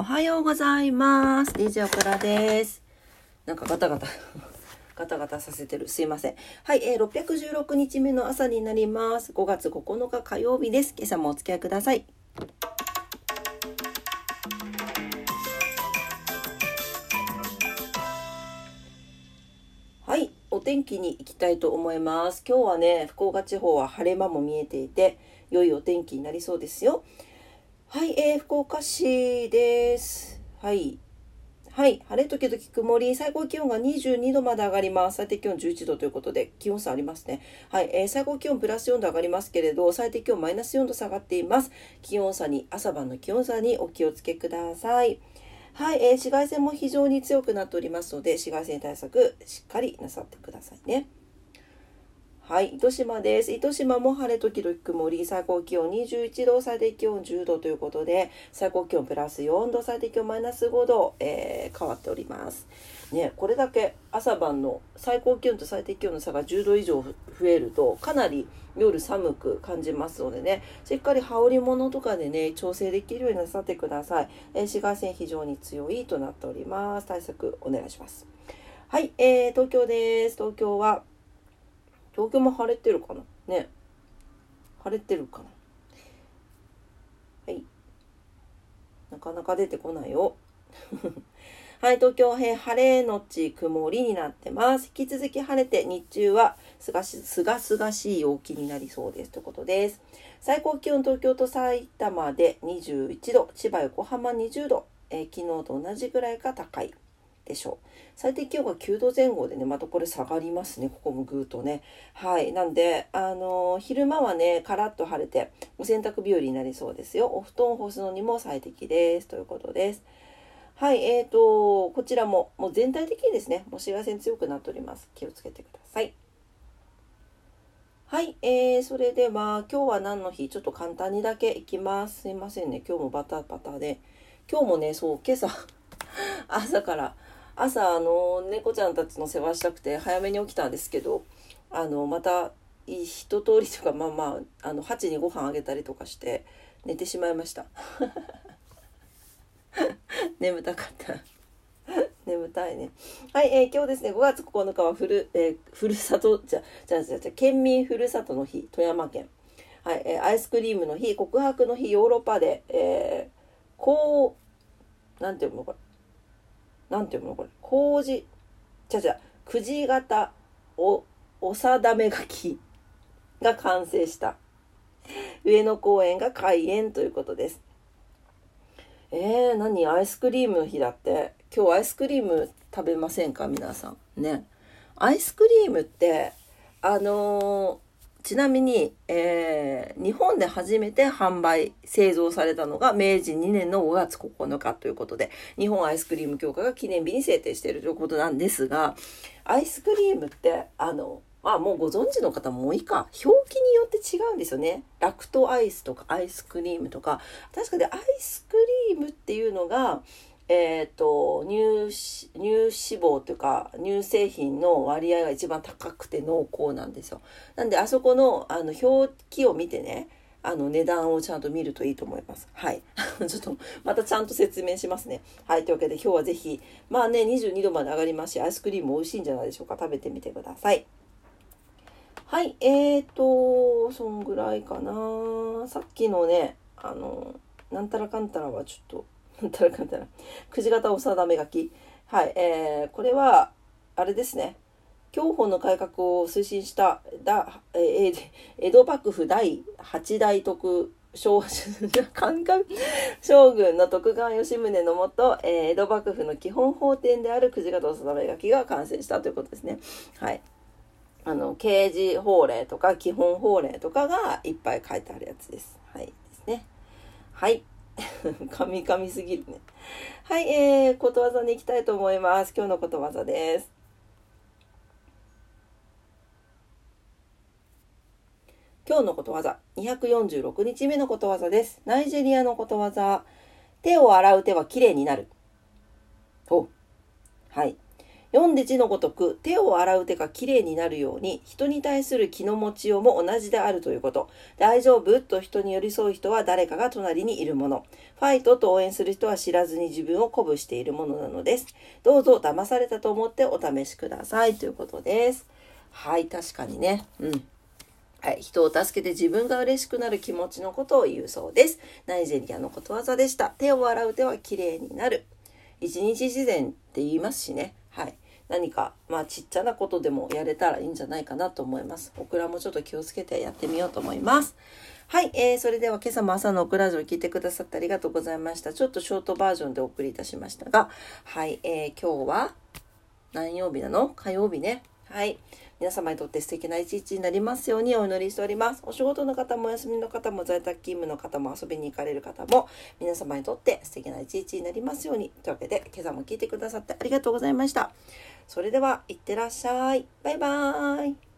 おはようございます。DJ オクラです。なんかガタガタさせてる。すいません。はい、616日目の朝になります。5月9日火曜日です。今朝もお付き合いください。はい、お天気に行きたいと思います。今日はね、福岡地方は晴れ間も見えていて、良いお天気になりそうですよ。はい、福岡市です。はい、晴れ時々曇り、最高気温が22度まで上がります。最低気温11度ということで、気温差ありますね。はい、最高気温プラス4度上がりますけれど、最低気温マイナス4度下がっています。朝晩の気温差にお気をつけください。はい、紫外線も非常に強くなっておりますので、紫外線対策しっかりなさってくださいね。はい、糸島です。糸島も晴れ時々曇り、最高気温21度、最低気温10度ということで、最高気温プラス4度、最低気温マイナス5度、変わっております。ね、これだけ朝晩の最高気温と最低気温の差が10度以上増えると、かなり夜寒く感じますのでね、しっかり羽織物とかでね、調整できるようになさってください。紫外線非常に強いとなっております。対策お願いします。はい、東京です。東京も晴れてるかなね。晴れてるかな。はい。なかなか出てこないよ。はい、東京晴れのち曇りになってます。引き続き晴れて日中はすがすがしい陽気になりそうですということです。最高気温東京と埼玉で21度、千葉横浜20度、昨日と同じぐらいか高いでしょう。最低気温が9度前後でね、またこれ下がりますね。ここもぐーっとね。はい。なんで、昼間はね、カラッと晴れて、お洗濯日和になりそうですよ。お布団を干すのにも最適です。ということです。はい。こちらもう全体的にですね、もう紫外線強くなっております。気をつけてください。はい。それでは、今日は何の日ちょっと簡単にだけいきます。すいませんね。今日もバタバタで。今日もね、そう、今朝、朝猫ちゃんたちの世話したくて早めに起きたんですけど、また一通りとかハチにご飯あげたりとかして寝てしまいました。眠たかった眠たいね。はい、今日ですね、5月9日は県民ふるさとの日、富山県。はい、アイスクリームの日、告白の日、ヨーロッパで、なんて読むのこれくじ型お定め書きが完成した上野公園が開園ということです。何アイスクリームの日だって。今日アイスクリーム食べませんか皆さんね。アイスクリームってちなみに、日本で初めて製造されたのが明治2年の5月9日ということで、日本アイスクリーム協会が記念日に制定しているということなんですが、アイスクリームってもうご存知の方も多いか、表記によって違うんですよね。ラクトアイスとかアイスクリームとか、確かでアイスクリームっていうのが乳脂肪というか乳製品の割合が一番高くて濃厚なんですよ。なんであそこの表記を見てね、値段をちゃんと見るといいと思います。はい。ちょっとまたちゃんと説明しますね。はい。というわけで今日はぜひ22度まで上がりますし、アイスクリーム美味しいんじゃないでしょうか。食べてみてください。はい。そんぐらいかな。さっきのね、なんたらかんたらはちょっとくじ型お定め書き。はい、これはあれですね。享保の改革を推進した江戸幕府第8代将軍の徳川吉宗のもと、江戸幕府の基本法典であるくじ型お定め書きが完成したということですね。はい。刑事法令とか基本法令とかがいっぱい書いてあるやつです。はいですね。はい。神すぎるね。はい、ことわざに行きたいと思います。今日のことわざです。今日のことわざ、246日目のことわざです。ナイジェリアのことわざ。手を洗う手はきれいになる。はい。 読んで字のごとく、手を洗う手がきれいになるように、人に対する気の持ちようも同じであるということ。大丈夫と人に寄り添う人は誰かが隣にいるもの。ファイトと応援する人は知らずに自分を鼓舞しているものなのです。どうぞ騙されたと思ってお試しくださいということです。はい、確かにね。はい、人を助けて自分が嬉しくなる気持ちのことを言うそうです。ナイジェリアのことわざでした。手を洗う手はきれいになる。一日自然って言いますしね。はい。何か、ちっちゃなことでもやれたらいいんじゃないかなと思います。オクラもちょっと気をつけてやってみようと思います。はい、それでは今朝も朝のオクラジオを聞いてくださってありがとうございました。ちょっとショートバージョンでお送りいたしましたが、はい、今日は何曜日なの？火曜日ね。はい。皆様にとって素敵な一日になりますようにお祈りしております。お仕事の方もお休みの方も在宅勤務の方も遊びに行かれる方も皆様にとって素敵な一日になりますように。というわけで今朝も聞いてくださってありがとうございました。それではいってらっしゃい。バイバーイ。